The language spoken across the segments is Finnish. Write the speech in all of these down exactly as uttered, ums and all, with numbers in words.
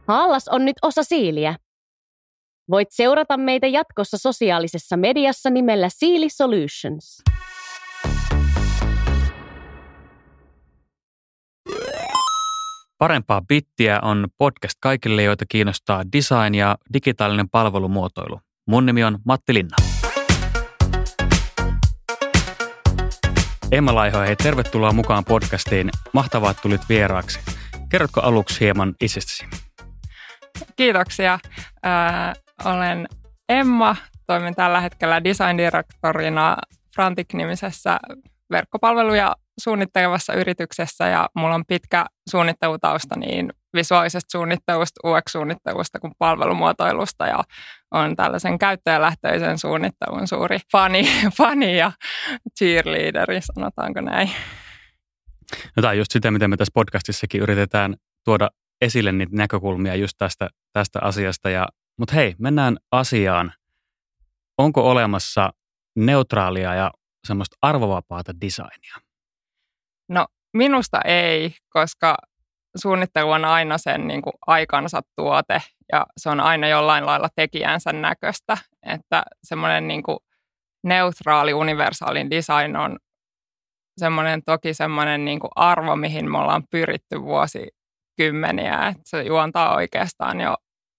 Haallas on nyt osa Siiliä. Voit seurata meitä jatkossa sosiaalisessa mediassa nimellä Siili Solutions. Parempaa bittiä on podcast kaikille, joita kiinnostaa design ja digitaalinen palvelumuotoilu. Mun nimi on Matti Linna. Emma Laiho, hei, tervetuloa mukaan podcastiin. Mahtavaa, että tulit vieraaksi. Kerrotko aluksi hieman itsestäsi? Kiitoksia. Äh, olen Emma. Toimin tällä hetkellä design-direktorina Frantic-nimisessä verkkopalveluja suunnittelevassa yrityksessä ja mulla on pitkä suunnittelutausta niin visuaalisesta suunnittelusta, U X-suunnittelusta kuin palvelumuotoilusta ja on tällaisen käyttäjälähtöisen suunnittelun suuri fani, fani ja cheerleaderi, sanotaanko näin. No, tämä on just sitä, mitä me tässä podcastissakin yritetään tuoda esille niitä näkökulmia just tästä, tästä asiasta. Ja, mutta hei, mennään asiaan. Onko olemassa neutraalia ja semmoista arvovapaata designia? No minusta ei, koska suunnittelu on aina sen niin kuin aikansa tuote ja se on aina jollain lailla tekijänsä näköistä. Että semmoinen niin kuin neutraali, universaalin design on semmoinen toki semmoinen niin kuin arvo, mihin me ollaan pyritty vuosikymmeniä. Että se juontaa oikeastaan jo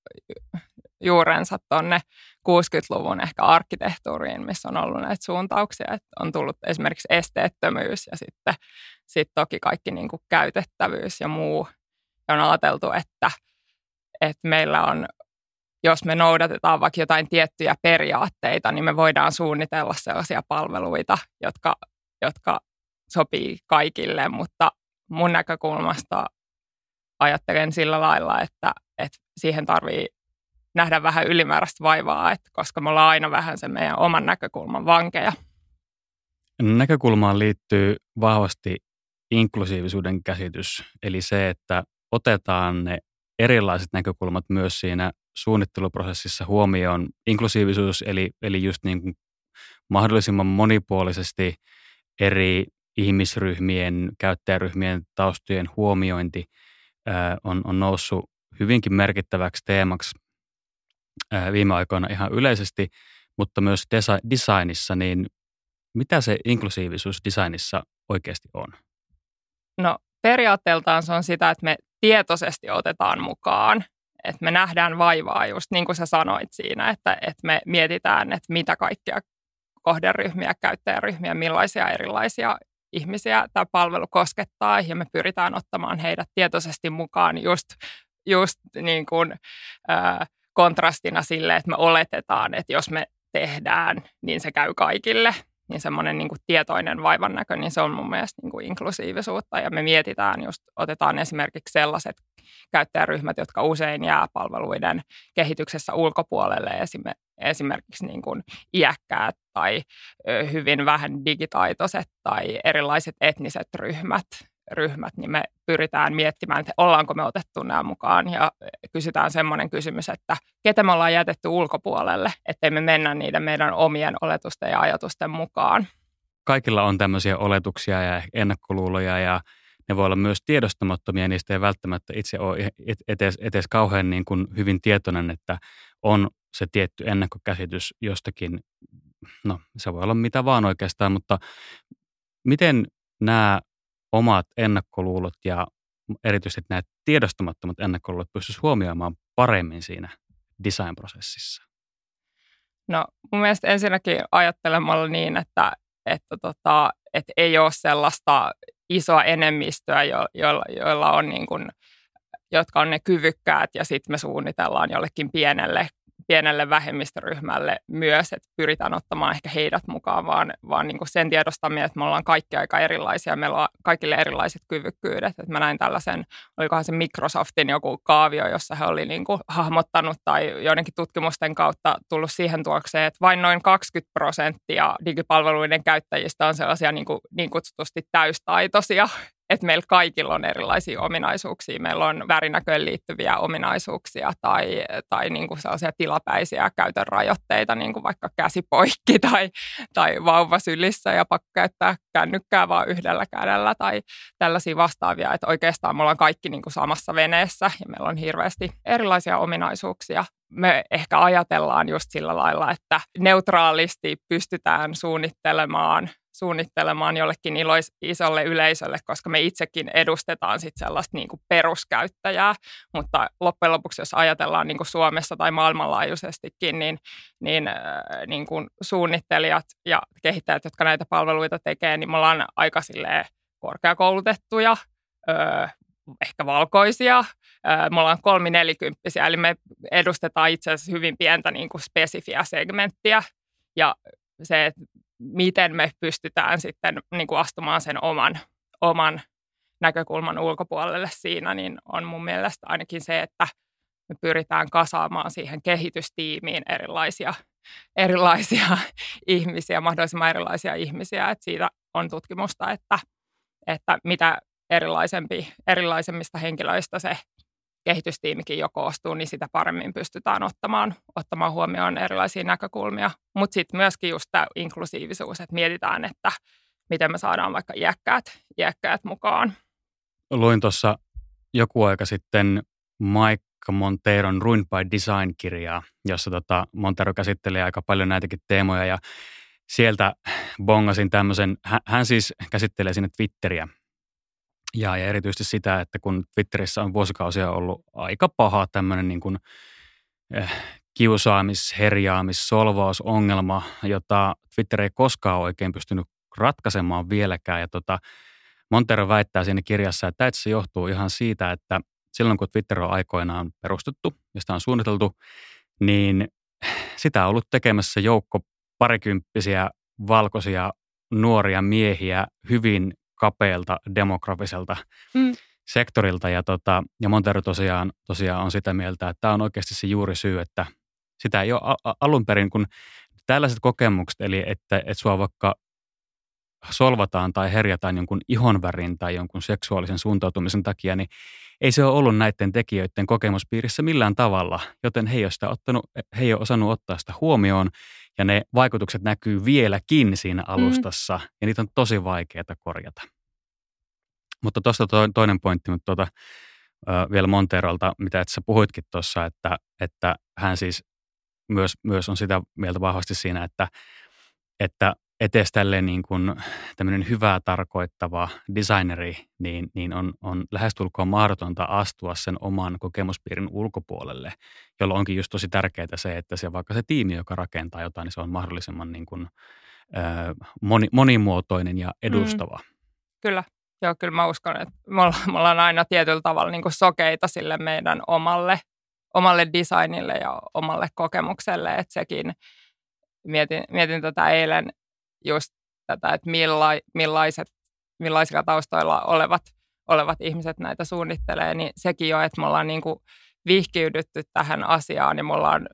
juurensa tuonne kuusikymmentäluvun ehkä arkkitehtuuriin, missä on ollut näitä suuntauksia. Että on tullut esimerkiksi esteettömyys ja sitten sit toki kaikki niin kuin käytettävyys ja muu. Ja on ajateltu, että, että meillä on, jos me noudatetaan vaikka jotain tiettyjä periaatteita, niin me voidaan suunnitella sellaisia palveluita, jotka, jotka sopii kaikille. Mutta mun näkökulmasta ajattelen sillä lailla, että, että siihen tarvii nähdä vähän ylimääräistä vaivaa, että koska me ollaan aina vähän sen meidän oman näkökulman vankeja. Näkökulmaan liittyy vahvasti inklusiivisuuden käsitys, eli se, että otetaan ne erilaiset näkökulmat myös siinä suunnitteluprosessissa huomioon. Inklusiivisuus, eli, eli just niin kuin mahdollisimman monipuolisesti eri ihmisryhmien, käyttäjäryhmien taustojen huomiointi ää, on, on noussut hyvinkin merkittäväksi teemaksi ää, viime aikoina ihan yleisesti, mutta myös desi- designissa, niin mitä se inklusiivisuus designissa oikeasti on? No periaatteeltaan se on sitä, että me tietoisesti otetaan mukaan, että me nähdään vaivaa just niin kuin sä sanoit siinä, että, että me mietitään, että mitä kaikkia kohderyhmiä, käyttäjäryhmiä, millaisia erilaisia ihmisiä tämä palvelu koskettaa ja me pyritään ottamaan heidät tietoisesti mukaan just, just niin kuin, äh, kontrastina sille, että me oletetaan, että jos me tehdään, niin se käy kaikille. Niin semmoinen niin kuin tietoinen vaivan näkö, niin se on mun mielestä niin kuin inklusiivisuutta. Ja me mietitään just, otetaan esimerkiksi sellaiset käyttäjäryhmät, jotka usein jää palveluiden kehityksessä ulkopuolelle, esimerkiksi niin kuin iäkkäät tai hyvin vähän digitaitoiset tai erilaiset etniset ryhmät, ryhmät, niin me pyritään miettimään, että ollaanko me otettu nämä mukaan ja kysytään semmoinen kysymys, että ketä me ollaan jätetty ulkopuolelle, ettei me mennä niiden meidän omien oletusten ja ajatusten mukaan. Kaikilla on tämmöisiä oletuksia ja ennakkoluuloja ja ne voi olla myös tiedostamattomia, niistä ei välttämättä itse ole etes, etes kauhean niin kuin hyvin tietoinen, että on se tietty ennakkokäsitys jostakin, no se voi olla mitä vaan oikeastaan, mutta miten nämä omat ennakkoluulot ja erityisesti nämä tiedostamattomat ennakkoluulot pystyisi huomioimaan paremmin siinä design-prosessissa? No mun mielestä ensinnäkin ajattelemalla niin, että, että, tota, että ei ole sellaista isoa enemmistöä, jo, joilla, joilla on niin kuin, jotka on ne kyvykkäät ja sitten me suunnitellaan jollekin pienelle pienelle vähemmistöryhmälle myös, että pyritään ottamaan ehkä heidät mukaan, vaan, vaan niin kuin sen tiedostaminen, että me ollaan kaikki aika erilaisia, meillä on kaikille erilaiset kyvykkyydet. Että mä näin tällaisen, olikohan se Microsoftin joku kaavio, jossa he oli niin kuin hahmottanut tai joidenkin tutkimusten kautta tullut siihen tuokseen, että vain noin kaksikymmentä prosenttia digipalveluiden käyttäjistä on sellaisia niin, kuin, niin kutsutusti täystaitoisia. että meillä kaikilla on erilaisia ominaisuuksia. Meillä on värinäköön liittyviä ominaisuuksia tai, tai niin kuin sellaisia tilapäisiä käytön rajoitteita, niin kuin vaikka käsi poikki tai, tai vauva sylissä ja pakko käyttää kännykkää vaan yhdellä kädellä tai tällaisia vastaavia. Että oikeastaan me ollaan kaikki niin kuin samassa veneessä ja meillä on hirveästi erilaisia ominaisuuksia. Me ehkä ajatellaan just sillä lailla, että neutraalisti pystytään suunnittelemaan suunnittelemaan jollekin ilois, isolle yleisölle, koska me itsekin edustetaan sit sellaista niin kuin peruskäyttäjää, mutta loppujen lopuksi, jos ajatellaan niin kuin Suomessa tai maailmanlaajuisestikin, niin, niin, äh, niin kuin suunnittelijat ja kehittäjät, jotka näitä palveluita tekee, niin me ollaan aika silleen korkeakoulutettuja, öö, ehkä valkoisia, öö, me ollaan kolmi-nelikymppisiä, eli me edustetaan itse asiassa hyvin pientä niin kuin spesifiä segmenttiä, ja se, että miten me pystytään sitten niin kuin astumaan sen oman, oman näkökulman ulkopuolelle siinä, niin on mun mielestä ainakin se, että me pyritään kasaamaan siihen kehitystiimiin erilaisia, erilaisia ihmisiä, mahdollisimman erilaisia ihmisiä. Että siitä on tutkimusta, että, että mitä erilaisempi, erilaisemmista henkilöistä se kehitystiimikin jo koostuu, niin sitä paremmin pystytään ottamaan, ottamaan huomioon erilaisia näkökulmia. Mutta sitten myöskin just tämä inklusiivisuus, että mietitään, että miten me saadaan vaikka iäkkäät, iäkkäät mukaan. Luin tuossa joku aika sitten Mike Monteron Ruined by Design-kirjaa, jossa tota Montero käsittelee aika paljon näitäkin teemoja ja sieltä bongasin tämmöisen, hän siis käsittelee sinne Twitteriä. Ja, ja erityisesti sitä, että kun Twitterissä on vuosikausia ollut aika paha tämmöinen niin kuin eh, kiusaamis-, herjaamis-, solvausongelma, jota Twitter ei koskaan oikein pystynyt ratkaisemaan vieläkään. Ja tota, Montero väittää siinä kirjassa, että se johtuu ihan siitä, että silloin kun Twitter on aikoinaan perustettu ja sitä on suunniteltu, niin sitä on ollut tekemässä joukko parikymppisiä valkoisia nuoria miehiä hyvin kapealta demografiselta mm. sektorilta. Ja, tota, ja Montero tosiaan, tosiaan on sitä mieltä, että tämä on oikeasti se juuri syy, että sitä ei ole a- alun perin, kun tällaiset kokemukset, eli että, että sua vaikka solvataan tai herjataan jonkun ihonvärin tai jonkun seksuaalisen suuntautumisen takia, niin ei se ole ollut näiden tekijöiden kokemuspiirissä millään tavalla, joten he ei ole, sitä ottanut, he ei ole osannut ottaa sitä huomioon, ja ne vaikutukset näkyy vieläkin siinä alustassa, mm. ja niitä on tosi vaikeaa korjata. Mutta tuosta toinen pointti, mutta tuota, vielä Monterolta, mitä et sä puhuitkin tuossa, että, että hän siis myös, myös on sitä mieltä vahvasti siinä, että, että etes tälleen niin kuin tämmöinen hyvää tarkoittava designeri, niin, niin on, on lähestulkoon mahdotonta astua sen oman kokemuspiirin ulkopuolelle, jolloin onkin just tosi tärkeää se, että se vaikka se tiimi, joka rakentaa jotain, niin se on mahdollisimman niin kuin, äh, moni, monimuotoinen ja edustava. Mm. Kyllä. Joo, kyllä mä uskon, että me ollaan, me ollaan aina tietyllä tavalla niin kuin sokeita sille meidän omalle, omalle designille ja omalle kokemukselle, että sekin, mietin, mietin tätä eilen just tätä, että milla, millaiset, millaisilla taustoilla olevat, olevat ihmiset näitä suunnittelee, niin sekin jo, että me ollaan niin kuin vihkiydytty tähän asiaan ja me ollaan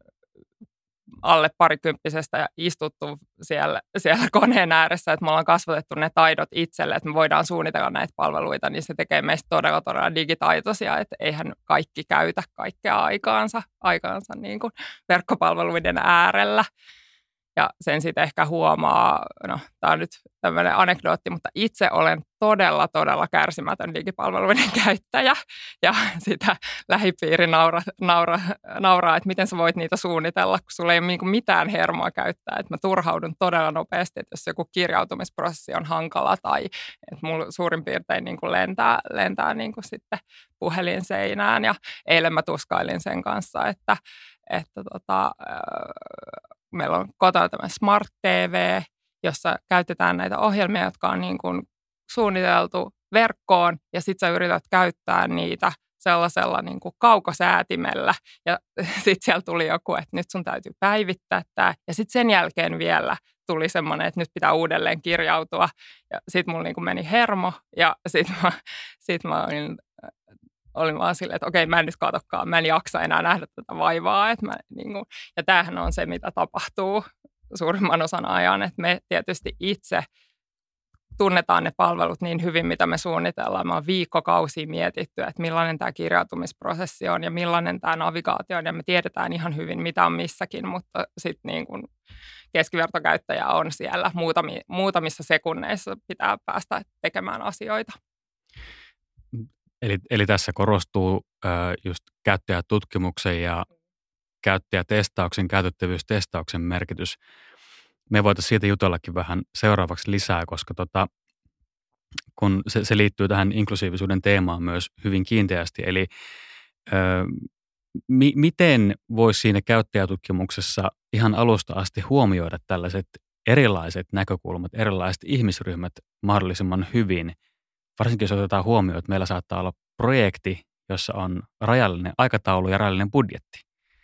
alle parikymppisestä ja istuttu siellä, siellä koneen ääressä, että me ollaan kasvatettu ne taidot itselle, että me voidaan suunnitella näitä palveluita, niin se tekee meistä todella, todella digitaitoisia, että eihän kaikki käytä kaikkea aikaansa, aikaansa niin kuin verkkopalveluiden äärellä. Ja sen sitten ehkä huomaa, no tämä on nyt tämmöinen anekdootti, mutta itse olen todella, todella kärsimätön digipalveluiden käyttäjä. Ja sitä lähipiiri naura, naura, nauraa, että miten sä voit niitä suunnitella, kun sulla ei ole niinku mitään hermoa käyttää. Että mä turhaudun todella nopeasti, että jos joku kirjautumisprosessi on hankala tai että mulla suurin piirtein niinku lentää, lentää niinku sitten puhelin seinään. Ja eilen mä tuskailin sen kanssa, että, että tota, meillä on kotona tämä Smart T V, jossa käytetään näitä ohjelmia, jotka on niin kuin suunniteltu verkkoon, ja sitten sä yrität käyttää niitä sellaisella niin kuin kaukosäätimellä, ja sitten siellä tuli joku, että nyt sun täytyy päivittää tämä, ja sitten sen jälkeen vielä tuli semmoinen, että nyt pitää uudelleen kirjautua, ja sitten mulla niin kuin meni hermo, ja sitten mä, sit mä olin, olin vaan silleen, että okei, mä en nyt katsokaan, mä en jaksa enää nähdä tätä vaivaa, että mä, niin kuin, ja tämähän on se, mitä tapahtuu suurimman osan ajan, että me tietysti itse tunnetaan ne palvelut niin hyvin, mitä me suunnitellaan. Me on viikkokausia mietitty, että millainen tämä kirjautumisprosessi on ja millainen tämä navigaatio on. Ja me tiedetään ihan hyvin, mitä on missäkin, mutta sitten niin kuin keskivertokäyttäjä on siellä. Muutami, muutamissa sekunneissa pitää päästä tekemään asioita. Eli, eli tässä korostuu äh, just käyttäjätutkimuksen ja käyttäjätestauksen, käytettävyystestauksen merkitys. Me voitaisiin siitä jutellakin vähän seuraavaksi lisää, koska tota, kun se, se liittyy tähän inklusiivisuuden teemaan myös hyvin kiinteästi. Eli ö, mi, miten voisi siinä käyttäjätutkimuksessa ihan alusta asti huomioida tällaiset erilaiset näkökulmat, erilaiset ihmisryhmät mahdollisimman hyvin, varsinkin jos otetaan huomioon, että meillä saattaa olla projekti, jossa on rajallinen aikataulu ja rajallinen budjetti.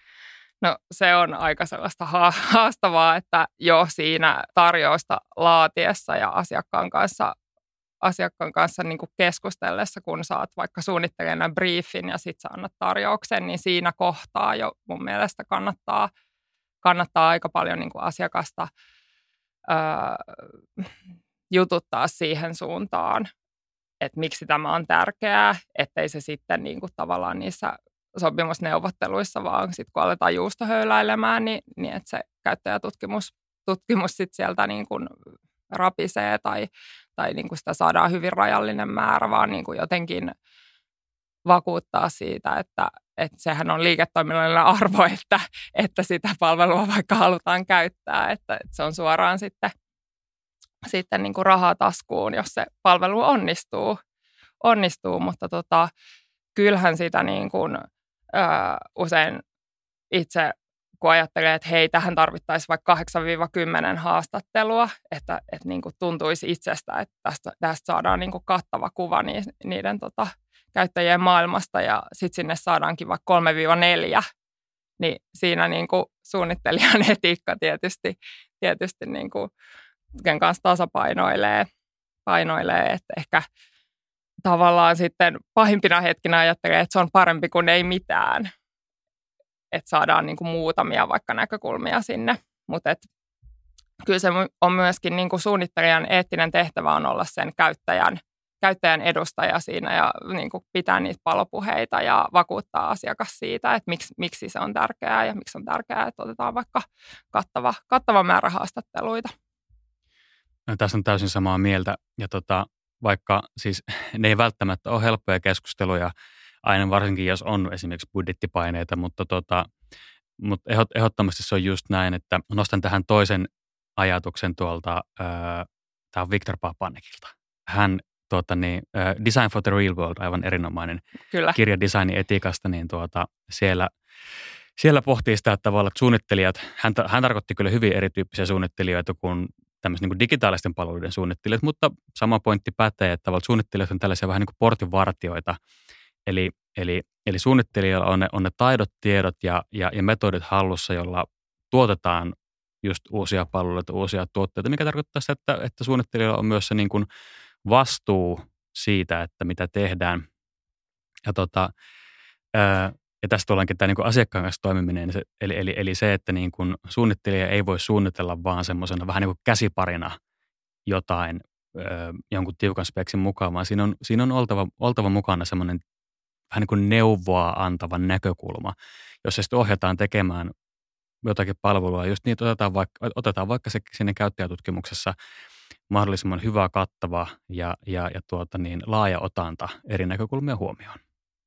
No se on aika sellaista haastavaa, että jo siinä tarjousta laatiessa ja asiakkaan kanssa, asiakkaan kanssa niin kuin keskustellessa, kun saat vaikka suunnittelijana briefin ja sitten sä annat tarjouksen, niin siinä kohtaa jo mun mielestä kannattaa, kannattaa aika paljon niin kuin asiakasta ää, jututtaa siihen suuntaan, että miksi tämä on tärkeää, ettei se sitten niin kuin tavallaan niissä sopimusneuvotteluissa, vaan sitten kun aletaan juustohöyläilemään, niin, niin että se käyttäjätutkimus tutkimus sit sieltä niin kuin rapisee tai, tai niin kuin sitä saadaan hyvin rajallinen määrä, vaan niin kuin jotenkin vakuuttaa siitä, että, että sehän on liiketoiminnallinen arvo, että, että sitä palvelua vaikka halutaan käyttää, että, että se on suoraan sitten, sitten niin kuin rahaa taskuun, jos se palvelu onnistuu, onnistuu mutta tota, kyllähän sitä niin kuin Öö, usein itse, kun ajattelee, että hei, tähän tarvittaisiin vaikka kahdeksasta kymmeneen haastattelua, että, että niin kuin tuntuisi itsestä, että tästä, tästä saadaan niin kuin kattava kuva niiden, niiden tota, käyttäjien maailmasta ja sitten sinne saadaankin vaikka kolme neljä, niin siinä niin kuin suunnittelijan etiikka tietysti, tietysti niin kuin, ken kanssa tasapainoilee, painoilee, että ehkä tavallaan sitten pahimpina hetkinä ajattelee, että se on parempi kuin ei mitään. Että saadaan niin kuin muutamia vaikka näkökulmia sinne. Mutta kyllä se on myöskin niin kuin suunnittelijan eettinen tehtävä on olla sen käyttäjän, käyttäjän edustaja siinä ja niin kuin pitää niitä palopuheita ja vakuuttaa asiakas siitä, että miksi, miksi se on tärkeää ja miksi on tärkeää, että otetaan vaikka kattava, kattava määrä haastatteluita. No, tässä on täysin samaa mieltä ja tota, vaikka siis ne ei välttämättä ole helppoja keskusteluja, aina varsinkin jos on esimerkiksi budjettipaineita, mutta, tota, mutta ehdottomasti se on just näin, että nostan tähän toisen ajatuksen tuolta, äh, tämä on Viktor Papanekilta. Hän tuota, niin, äh, Design for the Real World, aivan erinomainen Kyllä. kirja designin etiikasta, niin tuota, siellä, siellä pohtii sitä, että tavallaan että suunnittelijat, hän, hän tarkoitti kyllä hyvin erityyppisiä suunnittelijoita kuin tämmöisen niin digitaalisten palveluiden suunnittelijat, mutta sama pointti pätee, että tavallaan suunnittelijat on tällaisia vähän niin kuin portinvartijoita. Eli, eli, eli suunnittelijalla on ne, on ne taidot, tiedot ja, ja, ja metodit hallussa, jolla tuotetaan just uusia palveluita, uusia tuotteita, mikä tarkoittaa sitä, että, että suunnittelijalla on myös se niin kuin vastuu siitä, että mitä tehdään. Ja, tota, ää, ja tästä tullaankin tämä niin kuin asiakkaan kanssa toimiminen, eli, eli, eli se, että niin kuin suunnittelija ei voi suunnitella vaan semmoisena vähän niin kuin käsiparina jotain ö, jonkun tiukan speksin mukaan, vaan siinä on, siinä on oltava, oltava mukana semmoinen vähän niin kuin neuvoa antava näkökulma, jos se sitten ohjataan tekemään jotakin palvelua, just niin, otetaan vaikka, otetaan vaikka se sinne käyttäjätutkimuksessa mahdollisimman hyvä, kattava ja, ja, ja tuota niin, laaja otanta eri näkökulmia huomioon.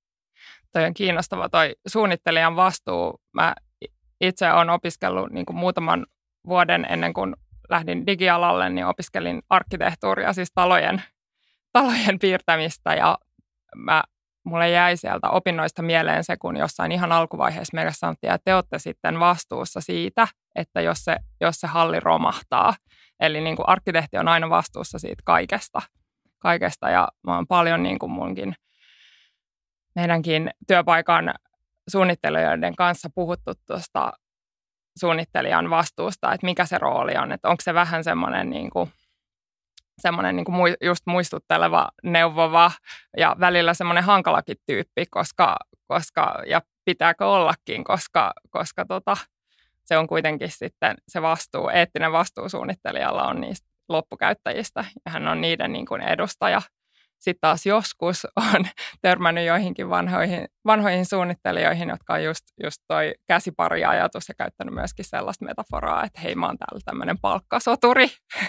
Toi on kiinnostava toi suunnittelijan vastuu. Mä itse olen opiskellut niin kuin muutaman vuoden ennen kuin lähdin digialalle, niin opiskelin arkkitehtuuria, siis talojen, talojen piirtämistä ja mä, mulle jäi sieltä opinnoista mieleen se, kun jossain ihan alkuvaiheessa meille sanottiin, että te olette sitten vastuussa siitä, että jos se, jos se halli romahtaa. Eli niin kuin arkkitehti on aina vastuussa siitä kaikesta. kaikesta ja mä oon paljon niin kuin munkin meidänkin työpaikan suunnittelijoiden kanssa puhuttu tuosta suunnittelijan vastuusta, että mikä se rooli on, että onko se vähän semmoinen niin kuin, semmoinen niin kuin just muistutteleva, neuvova ja välillä semmoinen hankalakin tyyppi, koska, koska ja pitääkö ollakin, koska, koska tota, se on kuitenkin sitten se vastuu, eettinen vastuu suunnittelijalla on niistä loppukäyttäjistä ja hän on niiden niin kuin edustaja. Sitten taas joskus on törmännyt joihinkin vanhoihin, vanhoihin suunnittelijoihin, jotka on just, just toi käsipariajatus ja käyttänyt myöskin sellaista metaforaa, että hei, mä oon täällä tämmöinen palkkasoturi.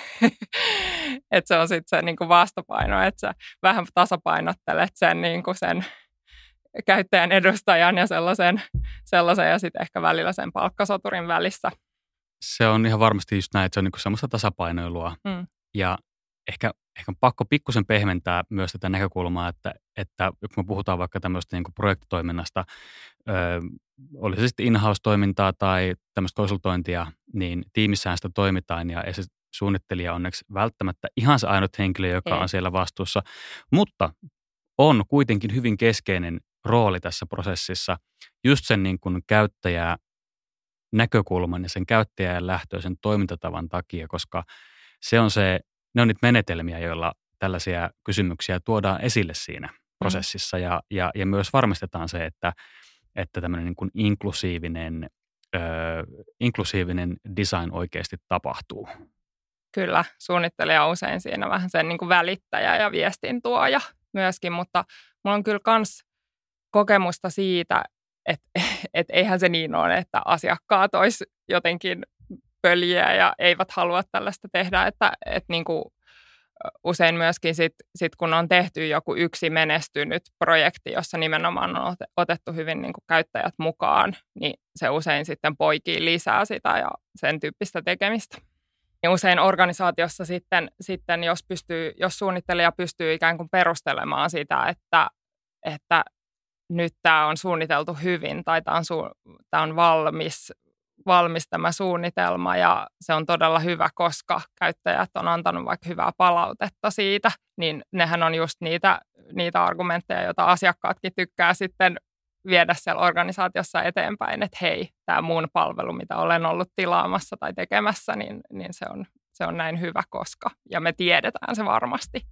Että se on sitten se niin kuin vastapaino, että sä vähän tasapainottelet sen, niin kuin sen käyttäjän edustajan ja sellaisen, sellaisen ja sitten ehkä välillä sen palkkasoturin välissä. Se on ihan varmasti just näin, että se on niin kuin semmoista tasapainoilua. Mm. Ja ehkä, ehkä on pakko pikkusen pehmentää myös tätä näkökulmaa, että, että kun me puhutaan vaikka tämmöistä niin kuin projektitoiminnasta, ö, oli se sitten in-house-toimintaa tai tämmöistä konsultointia, niin tiimissään sitä toimitaan ja se suunnittelija onneksi välttämättä ihan se ainut henkilö, joka Ei. on siellä vastuussa, mutta on kuitenkin hyvin keskeinen rooli tässä prosessissa just sen niin kuin käyttäjää näkökulman ja sen käyttäjän lähtöisen toimintatavan takia, koska se on se, ne on niitä menetelmiä, joilla tällaisia kysymyksiä tuodaan esille siinä prosessissa mm. ja, ja, ja myös varmistetaan se, että, että tämmöinen niin kuin inklusiivinen, ö, inklusiivinen design oikeasti tapahtuu. Kyllä, suunnittelija on usein siinä vähän sen niin kuin välittäjä ja viestintuoja myöskin, mutta mulla on kyllä myös kokemusta siitä, että et eihän se niin ole, että asiakkaat olisi jotenkin pöljiä ja eivät halua tällaista tehdä, että et niin kuin usein myöskin sit, sit kun on tehty joku yksi menestynyt projekti, jossa nimenomaan on otettu hyvin niin kuin käyttäjät mukaan, niin se usein sitten poikii lisää sitä ja sen tyyppistä tekemistä. Ja usein organisaatiossa sitten, sitten jos, pystyy, jos suunnittelija pystyy ikään kuin perustelemaan sitä, että, että nyt tämä on suunniteltu hyvin tai tämä on, su- tämä on valmis, valmis tämä suunnitelma ja se on todella hyvä, koska käyttäjät on antanut vaikka hyvää palautetta siitä, niin nehän on just niitä, niitä argumentteja, joita asiakkaatkin tykkää sitten viedä siellä organisaatiossa eteenpäin, että hei, tämä mun palvelu, mitä olen ollut tilaamassa tai tekemässä, niin, niin se, on, se on näin hyvä, koska, ja me tiedetään se varmasti.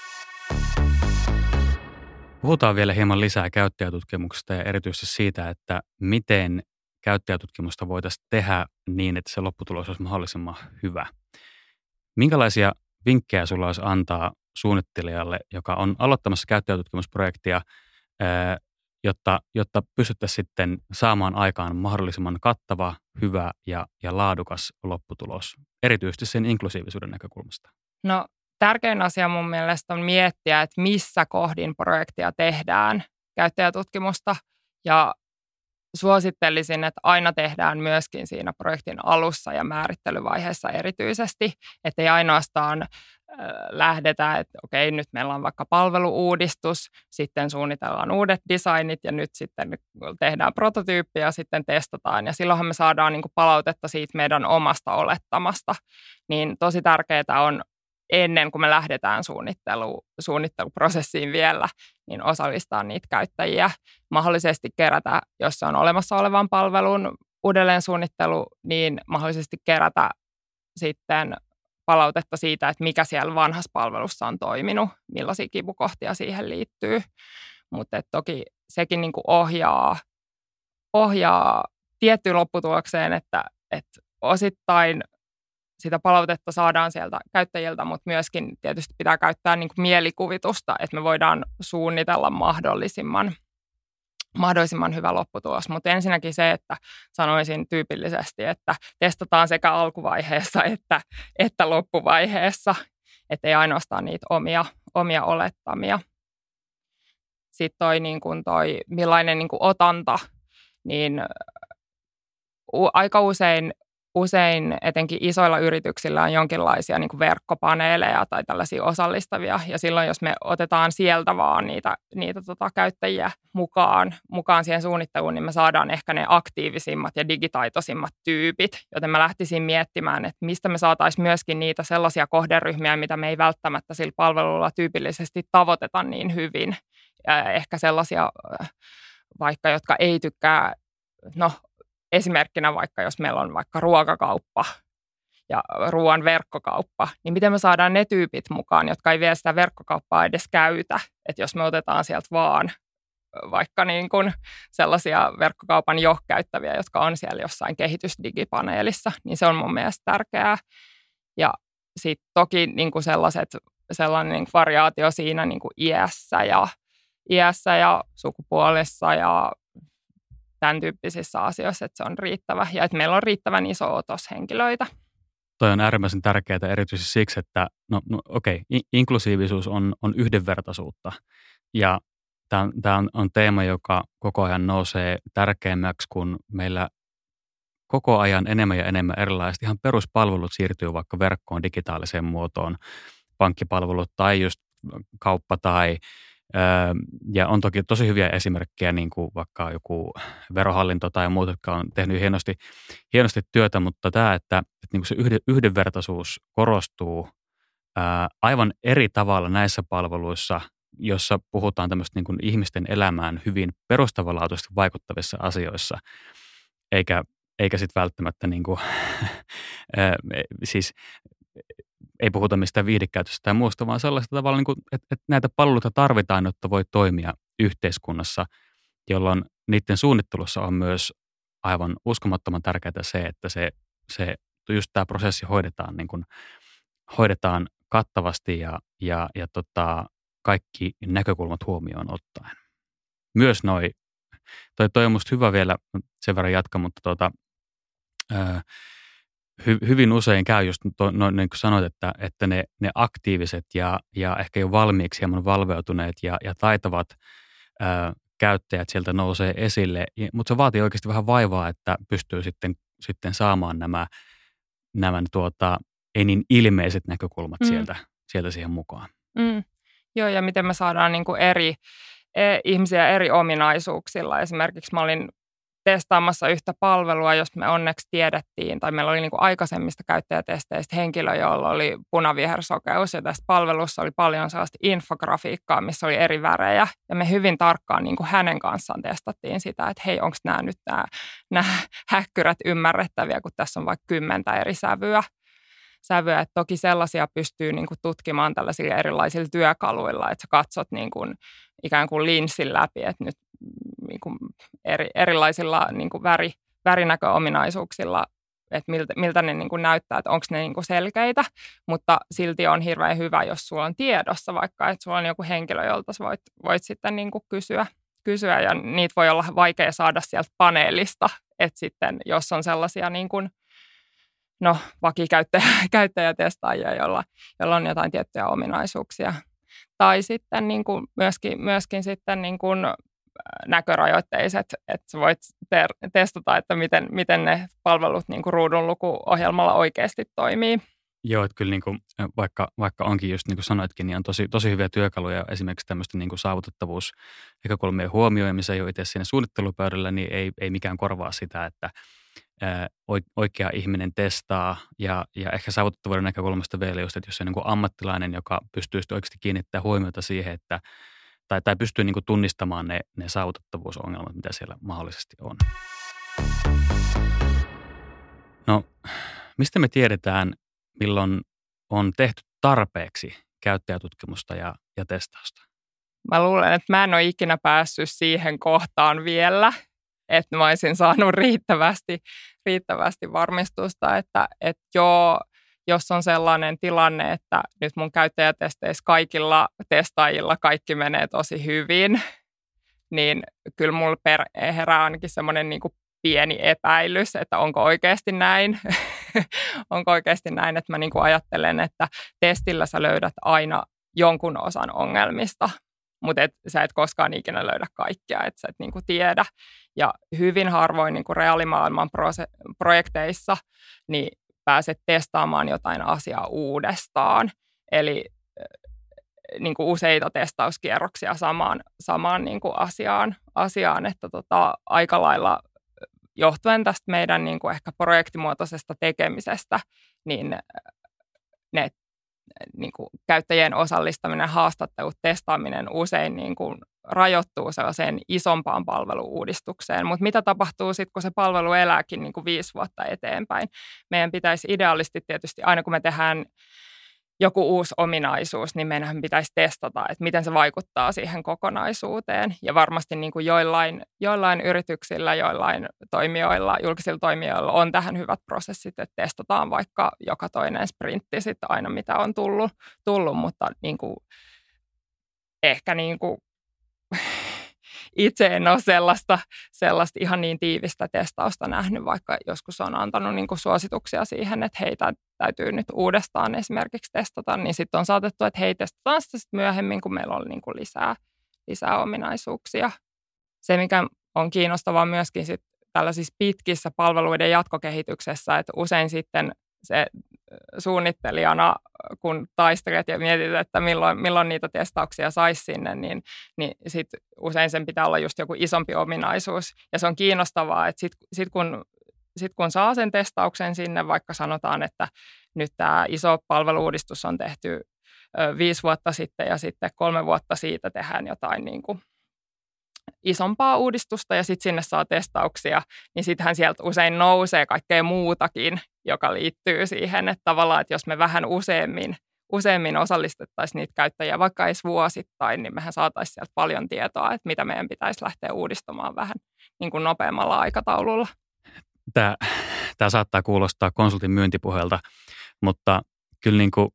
Puhutaan vielä hieman lisää käyttäjätutkimuksesta ja erityisesti siitä, että miten käyttäjätutkimusta voitaisiin tehdä niin, että se lopputulos olisi mahdollisimman hyvä. Minkälaisia vinkkejä sulla olisi antaa suunnittelijalle, joka on aloittamassa käyttäjätutkimusprojektia, jotta, jotta pystyttäisiin sitten saamaan aikaan mahdollisimman kattava, hyvä ja, ja laadukas lopputulos, erityisesti sen inklusiivisuuden näkökulmasta? No tärkein asia mun mielestä on miettiä, että missä kohdin projektia tehdään käyttäjätutkimusta ja suosittelisin, että aina tehdään myöskin siinä projektin alussa ja määrittelyvaiheessa erityisesti, ettei ainoastaan lähdetä, että okei, nyt meillä on vaikka palveluuudistus, sitten suunnitellaan uudet designit ja nyt sitten tehdään prototyyppi ja sitten testataan. Ja silloinhan me saadaan niin kuin palautetta siitä meidän omasta olettamasta. Niin tosi tärkeää on ennen kuin me lähdetään suunnittelu, suunnitteluprosessiin vielä, niin osallistaa niitä käyttäjiä. Mahdollisesti kerätä, jos se on olemassa olevan palvelun uudelleen suunnittelu, niin mahdollisesti kerätä sitten palautetta siitä, että mikä siellä vanhassa palvelussa on toiminut, millaisia kipukohtia siihen liittyy. Mutta toki sekin niinku ohjaa, ohjaa tiettyyn lopputulokseen, että, että osittain sitä palautetta saadaan sieltä käyttäjiltä, mutta myöskin tietysti pitää käyttää niinku mielikuvitusta, että me voidaan suunnitella mahdollisimman, mahdollisimman hyvä lopputulos. Mutta ensinnäkin se, että sanoisin tyypillisesti, että testataan sekä alkuvaiheessa että, että loppuvaiheessa, ettei ainoastaan niitä omia, omia olettamia. Sitten toi, niin kun toi millainen niin kun otanta, niin u- aika usein Usein etenkin isoilla yrityksillä on jonkinlaisia niin kuin verkkopaneeleja tai tällaisia osallistavia. Ja silloin, jos me otetaan sieltä vaan niitä, niitä tota, käyttäjiä mukaan, mukaan siihen suunnitteluun, niin me saadaan ehkä ne aktiivisimmat ja digitaitoisimmat tyypit. Joten mä lähtisin miettimään, että mistä me saataisiin myöskin niitä sellaisia kohderyhmiä, mitä me ei välttämättä sillä palvelulla tyypillisesti tavoiteta niin hyvin. Ja ehkä sellaisia vaikka, jotka ei tykkää, no esimerkkinä vaikka, jos meillä on vaikka ruokakauppa ja ruoan verkkokauppa, niin miten me saadaan ne tyypit mukaan, jotka ei vielä sitä verkkokauppaa edes käytä. Että jos me otetaan sieltä vaan vaikka niin kuin sellaisia verkkokaupan jo käyttäviä, jotka on siellä jossain kehitysdigipaneelissa, niin se on mun mielestä tärkeää. Ja sitten toki niin kuin sellaiset, sellainen niin kuin variaatio siinä niin kuin iässä, ja, iässä ja sukupuolessa ja tämän tyyppisissä asioissa, että se on riittävä ja että meillä on riittävän iso otos henkilöitä. Toi on äärimmäisen tärkeää erityisesti siksi, että no, no okei, okay, inklusiivisuus on, on yhdenvertaisuutta ja tämä on, on teema, joka koko ajan nousee tärkeämmäksi, kun meillä koko ajan enemmän ja enemmän erilaiset ihan peruspalvelut siirtyy vaikka verkkoon digitaaliseen muotoon, pankkipalvelut tai just kauppa tai ja on toki tosi hyviä esimerkkejä, niin kuin vaikka joku verohallinto tai muut, jotka on tehnyt hienosti, hienosti työtä, mutta tämä, että, että niin kuin se yhdenvertaisuus korostuu ää, aivan eri tavalla näissä palveluissa, jossa puhutaan tämmöistä niin kuin ihmisten elämään hyvin perustavanlaatuisesti vaikuttavissa asioissa, eikä, eikä sitten välttämättä niin kuin, ää, siis ei puhuta mistään viihdekäytöstä tai muusta, vaan sellaista tavalla, niin kuin, että, että näitä palveluita tarvitaan, jotta voi toimia yhteiskunnassa, jolloin niiden suunnittelussa on myös aivan uskomattoman tärkeää se, että se, se just tämä prosessi hoidetaan, niin kuin, hoidetaan kattavasti ja, ja, ja tota, kaikki näkökulmat huomioon ottaen. Myös noi, toi, toi on musta hyvä vielä, sen verran jatka, mutta tota, ää, Hy, hyvin usein käy just to, no, niin kuin sanoit, että, että ne, ne aktiiviset ja, ja ehkä jo valmiiksi hieman valveutuneet ja, ja taitavat ää, käyttäjät sieltä nousee esille, mutta se vaatii oikeasti vähän vaivaa, että pystyy sitten, sitten saamaan nämä, nämä tuota, ei niin ilmeiset näkökulmat mm. sieltä, sieltä siihen mukaan. Mm. Joo, ja miten me saadaan niin kuin eri e, ihmisiä eri ominaisuuksilla. Esimerkiksi mä olin testaamassa yhtä palvelua, josta me onneksi tiedettiin, tai meillä oli niin kuin aikaisemmista käyttäjätesteistä henkilö, jolla oli punavihersokeus, ja tässä palvelussa oli paljon sellaista infografiikkaa, missä oli eri värejä, ja me hyvin tarkkaan niin kuin hänen kanssaan testattiin sitä, että hei, onko nämä nyt nämä, nämä häkkyrät ymmärrettäviä, kun tässä on vaikka kymmentä eri sävyä. sävyä. Että toki sellaisia pystyy niin kuin tutkimaan tällaisilla erilaisilla työkaluilla, että sä katsot niin kuin, ikään kuin linssin läpi, että nyt niin kuin eri, erilaisilla niin kuin väri, värinäköominaisuuksilla, että miltä, miltä ne niin kuin näyttää, että onko ne niin kuin selkeitä, mutta silti on hirveän hyvä, jos sulla on tiedossa vaikka, että sulla on joku henkilö, jolta sä voit, voit sitten niin kuin kysyä, kysyä, ja niitä voi olla vaikea saada sieltä paneelista, että sitten jos on sellaisia niin kuin no, vakikäyttäjätestaajia, jolla, jolla on jotain tiettyjä ominaisuuksia. Tai sitten niin kuin myöskin, myöskin sitten niin kuin näkörajoitteiset, että sä voit ter- testata, että miten, miten ne palvelut niin kuin ruudunlukuohjelmalla oikeasti toimii. Joo, että kyllä niin kuin, vaikka, vaikka onkin just niin kuin sanoitkin, niin on tosi, tosi hyviä työkaluja esimerkiksi tämmöistä niin kuin saavutettavuusnäkökulmien huomioimiseen jo itse siinä suunnittelupöydällä, niin ei, ei mikään korvaa sitä, että oikea ihminen testaa ja, ja ehkä saavutettavuuden näkökulmasta vielä just, että jos se on niin kuin ammattilainen, joka pystyy oikeasti kiinnittämään huomiota siihen, että tai, tai pystyy niin kuin tunnistamaan ne, ne saavutettavuusongelmat, mitä siellä mahdollisesti on. No, mistä me tiedetään, milloin on tehty tarpeeksi käyttäjätutkimusta ja, ja testausta? Mä luulen, että mä en ole ikinä päässyt siihen kohtaan vielä, että mä olisin saanut riittävästi, riittävästi varmistusta, että, että joo, jos on sellainen tilanne, että nyt mun käyttäjätesteissä kaikilla testaajilla kaikki menee tosi hyvin, niin kyllä mulla per, herää ainakin semmoinen niin kuin pieni epäilys, että onko oikeasti näin. onko oikeasti näin, että mä niin kuin ajattelen, että testillä sä löydät aina jonkun osan ongelmista, mutta et, sä et koskaan ikinä löydä kaikkea, että sä et niin kuin tiedä. Ja hyvin harvoin niin kuin reaalimaailman prose- projekteissa niin pääset testaamaan jotain asiaa uudestaan. Eli niin kuin useita testauskierroksia samaan, samaan niin kuin asiaan, asiaan, että tota, aika lailla johtuen tästä meidän niin kuin ehkä projektimuotoisesta tekemisestä, niin ne niin kuin käyttäjien osallistaminen, haastattelut, testaaminen usein niin kuin rajoittuu sellaiseen isompaan palvelu-uudistukseen. Mutta mitä tapahtuu sitten, kun se palvelu elääkin niin kuin viisi vuotta eteenpäin? Meidän pitäisi ideaalisti tietysti, aina kun me tehdään joku uusi ominaisuus, niin meidän pitäisi testata, että miten se vaikuttaa siihen kokonaisuuteen. Ja varmasti niin kuin joillain, joillain yrityksillä, joillain toimijoilla, julkisilla toimijoilla on tähän hyvät prosessit, että testataan vaikka joka toinen sprintti sitten aina, mitä on tullut, tullut mutta niin kuin, ehkä niin kuin itse en ole sellaista, sellaista ihan niin tiivistä testausta nähnyt, vaikka joskus on antanut niin kuin suosituksia siihen, että heitä täytyy nyt uudestaan esimerkiksi testata, niin sitten on saatettu, että hei, testataan sitä sitten myöhemmin, kun meillä on niin kuin lisää, lisää ominaisuuksia. Se, mikä on kiinnostavaa myöskin sit tällaisissa pitkissä palveluiden jatkokehityksessä, että usein sitten se suunnittelijana, kun taistelet ja mietit, että milloin, milloin niitä testauksia saisi sinne, niin, niin sit usein sen pitää olla just joku isompi ominaisuus. Ja se on kiinnostavaa, että sitten sit kun, sit kun saa sen testauksen sinne, vaikka sanotaan, että nyt tämä iso palvelu-uudistus on tehty ö, viisi vuotta sitten ja sitten kolme vuotta siitä tehdään jotain niin kuin isompaa uudistusta ja sitten sinne saa testauksia, niin sittenhän sieltä usein nousee kaikkea muutakin, joka liittyy siihen, että tavallaan, että jos me vähän useammin, useammin osallistettaisiin niitä käyttäjiä, vaikka edes vuosittain, niin mehän saataisiin sieltä paljon tietoa, että mitä meidän pitäisi lähteä uudistamaan vähän niin kuin nopeammalla aikataululla. Tämä, tämä saattaa kuulostaa konsultin myyntipuheelta, mutta kyllä niin kuin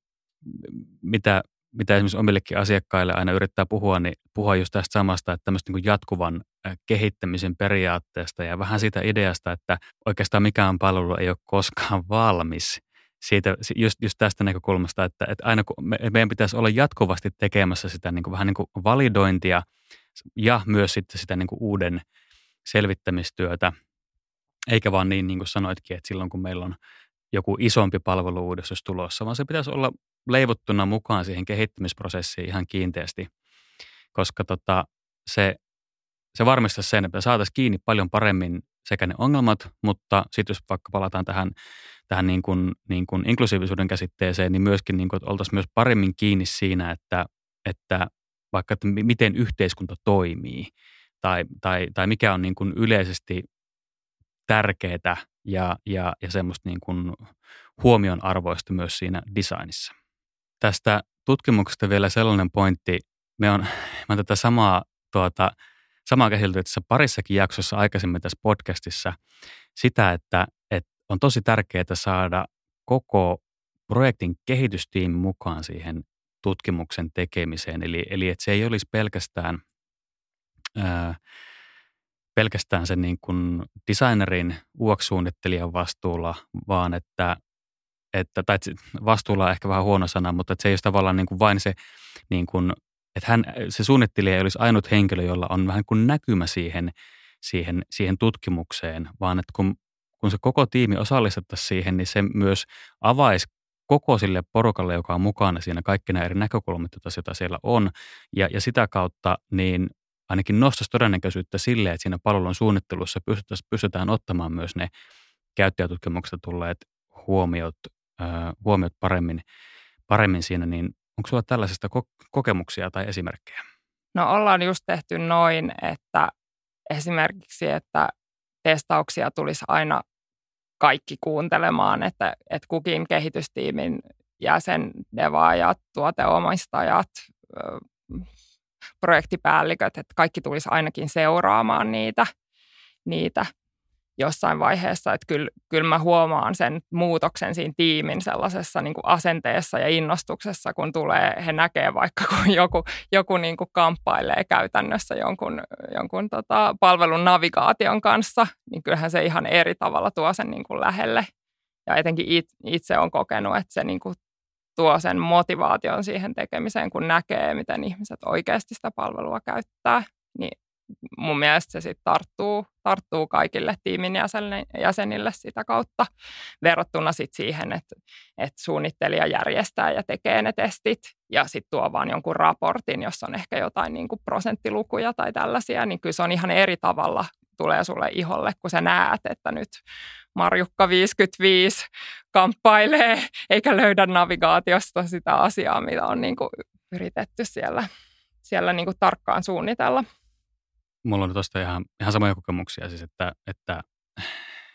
mitä mitä esimerkiksi omillekin asiakkaille aina yrittää puhua, niin puhua just tästä samasta, että tämmöistä niin kuin jatkuvan kehittämisen periaatteesta ja vähän siitä ideasta, että oikeastaan mikään palvelu ei ole koskaan valmis. Siitä, just, just tästä näkökulmasta, että, että aina kun me, meidän pitäisi olla jatkuvasti tekemässä sitä niin kuin, vähän niin kuin validointia ja myös sitten sitä niin kuin uuden selvittämistyötä, eikä vaan niin, niin kuin sanoitkin, että silloin kun meillä on joku isompi palvelu-uudistus tulossa, vaan se pitäisi olla leivottuna mukaan siihen kehittämisprosessiin ihan kiinteästi, koska tota, se, se varmistaisi sen, että saataisiin kiinni paljon paremmin sekä ne ongelmat, mutta sitten jos vaikka palataan tähän, tähän niin kuin, niin kuin inklusiivisuuden käsitteeseen, niin myöskin niin kuin, että oltaisiin myös paremmin kiinni siinä, että, että vaikka että miten yhteiskunta toimii tai, tai, tai mikä on niin kuin yleisesti tärkeää ja, ja, ja semmoista niin kuin huomionarvoista myös siinä designissa. Tästä tutkimuksesta vielä sellainen pointti. Me on, me on tätä samaa, tuota, samaa käsitelty tässä parissakin jaksossa aikaisemmin tässä podcastissa sitä, että, että on tosi tärkeää saada koko projektin kehitystiimi mukaan siihen tutkimuksen tekemiseen. Eli, eli että se ei olisi pelkästään, ää, pelkästään sen niin kuin designerin, U X-suunnittelijan vastuulla, vaan että Että, tai vastuulla on ehkä vähän huono sana, mutta että se ei ole tavallaan niin kuin vain se, niin kuin, että hän, se suunnittelija ei olisi ainut henkilö, jolla on vähän kuin näkymä siihen, siihen, siihen tutkimukseen, vaan että kun, kun se koko tiimi osallistettaisiin siihen, niin se myös avaisi koko sille porukalle, joka on mukana siinä kaikki nämä eri näkökulmat, joita siellä on, ja, ja sitä kautta niin ainakin nostaisi todennäköisyyttä sille, että siinä palvelun suunnittelussa pystytään ottamaan myös ne käyttäjätutkimuksesta tulleet huomiot, huomiot paremmin, paremmin siinä, niin onko sulla tällaisista kokemuksia tai esimerkkejä? No ollaan just tehty noin, että esimerkiksi, että testauksia tulisi aina kaikki kuuntelemaan, että, että kukin kehitystiimin jäsen, devaajat, tuoteomistajat, projektipäälliköt, että kaikki tulisi ainakin seuraamaan niitä, niitä. jossain vaiheessa, että kyllä, kyllä mä huomaan sen muutoksen siinä tiimin sellaisessa niin kuin asenteessa ja innostuksessa, kun tulee, he näkee vaikka, kun joku, joku niin kuin kamppailee käytännössä jonkun, jonkun tota, palvelun navigaation kanssa, niin kyllähän se ihan eri tavalla tuo sen niin kuin lähelle. Ja etenkin itse olen kokenut, että se niin kuin tuo sen motivaation siihen tekemiseen, kun näkee, miten ihmiset oikeasti sitä palvelua käyttää, niin mun mielestä se sitten tarttuu, tarttuu kaikille tiimin jäsenille sitä kautta verrattuna sit siihen, että, että suunnittelija järjestää ja tekee ne testit ja sitten tuo vaan jonkun raportin, jossa on ehkä jotain niin kuin prosenttilukuja tai tällaisia, niin kyllä se on ihan eri tavalla tulee sulle iholle, kun sä näet, että nyt Marjukka viisikymmentäviisi kamppailee eikä löydä navigaatiosta sitä asiaa, mitä on niin kuin yritetty siellä, siellä niin kuin tarkkaan suunnitella. Mulla on tuosta ihan, ihan samoja kokemuksia, siis että, että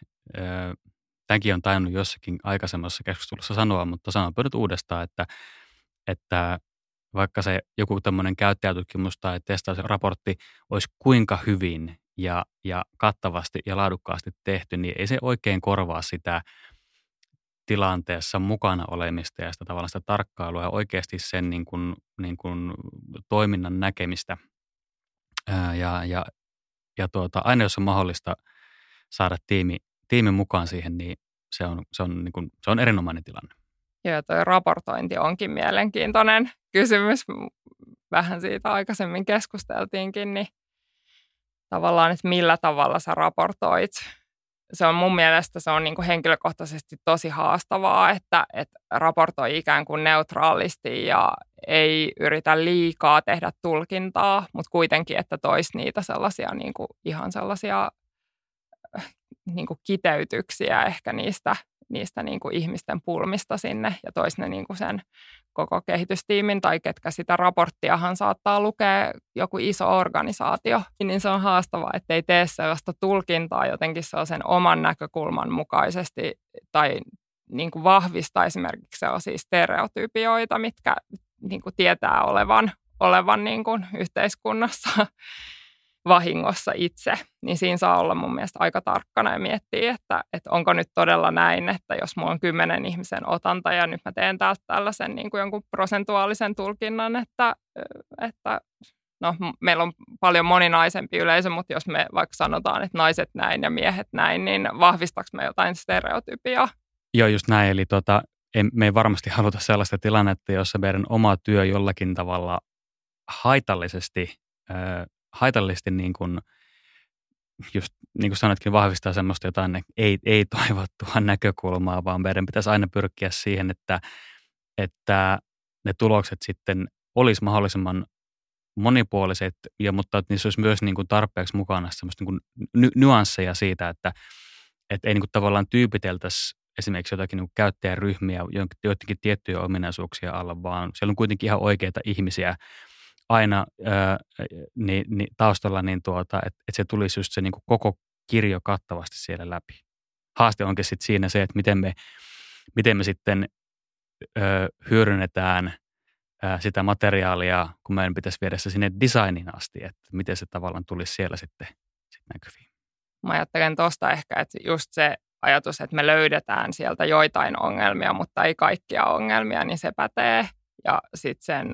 ö, tämänkin on tainnut jossakin aikaisemmassa keskustelussa sanoa, mutta sanon nyt uudestaan, että, että vaikka se joku tämmöinen käyttäjätutkimus tai testausraportti olisi kuinka hyvin ja, ja kattavasti ja laadukkaasti tehty, niin ei se oikein korvaa sitä tilanteessa mukana olemista ja sitä tavallaan sitä tarkkailua ja oikeasti sen niin kuin, niin kuin toiminnan näkemistä. Ää, ja ja, ja tuota, aina jos on mahdollista saada tiimi, tiimi mukaan siihen, niin se on, se on, niin kuin, se on erinomainen tilanne. Joo, tuo raportointi onkin mielenkiintoinen kysymys. Vähän siitä aikaisemmin keskusteltiinkin, niin tavallaan, että millä tavalla sä raportoit. Se on mun mielestä se on niin kuin henkilökohtaisesti tosi haastavaa, että, että raportoi ikään kuin neutraalisti ja ei yritä liikaa tehdä tulkintaa, mutta kuitenkin, että toisi niitä sellaisia niin kuin ihan sellaisia niin kuin kiteytyksiä ehkä niistä, niistä niin kuin ihmisten pulmista sinne ja toisi ne niin kuin sen koko kehitystiimin tai ketkä sitä raporttiahan saattaa lukea joku iso organisaatio, niin se on haastavaa, ettei tee sellaista tulkintaa jotenkin sellaisen oman näkökulman mukaisesti tai niin kuin vahvistaa esimerkiksi sellaisia stereotypioita, mitkä niin kuin tietää olevan, olevan niin kuin yhteiskunnassa vahingossa itse, niin siinä saa olla mun mielestä aika tarkkana ja miettiä, että, että onko nyt todella näin, että jos mulla on kymmenen ihmisen otanta ja nyt mä teen täältä tällaisen niin kuin jonkun prosentuaalisen tulkinnan, että, että no, meillä on paljon moninaisempi yleisö, mutta jos me vaikka sanotaan, että naiset näin ja miehet näin, niin vahvistaako me jotain stereotypiaa? Joo, just näin. Eli tota, en, me ei varmasti haluta sellaista tilannetta, jossa meidän oma työ jollakin tavalla haitallisesti äh, haitallisesti niin kuin, just niin kuin sanotkin, vahvistaa semmoista jotain ei, ei toivottua näkökulmaa, vaan meidän pitäisi aina pyrkiä siihen, että, että ne tulokset sitten olisi mahdollisimman monipuoliset, ja, mutta että niissä olisi myös niin kuin tarpeeksi mukana semmoista niin kuin ny- nyansseja siitä, että, että ei niin kuin tavallaan tyypiteltäisi esimerkiksi jotakin niin kuin käyttäjäryhmiä joidenkin tiettyjä ominaisuuksia alla, vaan siellä on kuitenkin ihan oikeita ihmisiä aina ää, niin, niin, taustalla, niin tuota, että et se tulisi just se niin kuin koko kirjo kattavasti siellä läpi. Haaste onkin sitten siinä se, että miten me, miten me sitten ö, hyödynnetään ää, sitä materiaalia, kun meidän pitäisi viedä se sinne designin asti, että miten se tavallaan tulisi siellä sitten, sitten näkyviin. Mä ajattelen tuosta ehkä, että just se ajatus, että me löydetään sieltä joitain ongelmia, mutta ei kaikkia ongelmia, niin se pätee. Ja sitten sen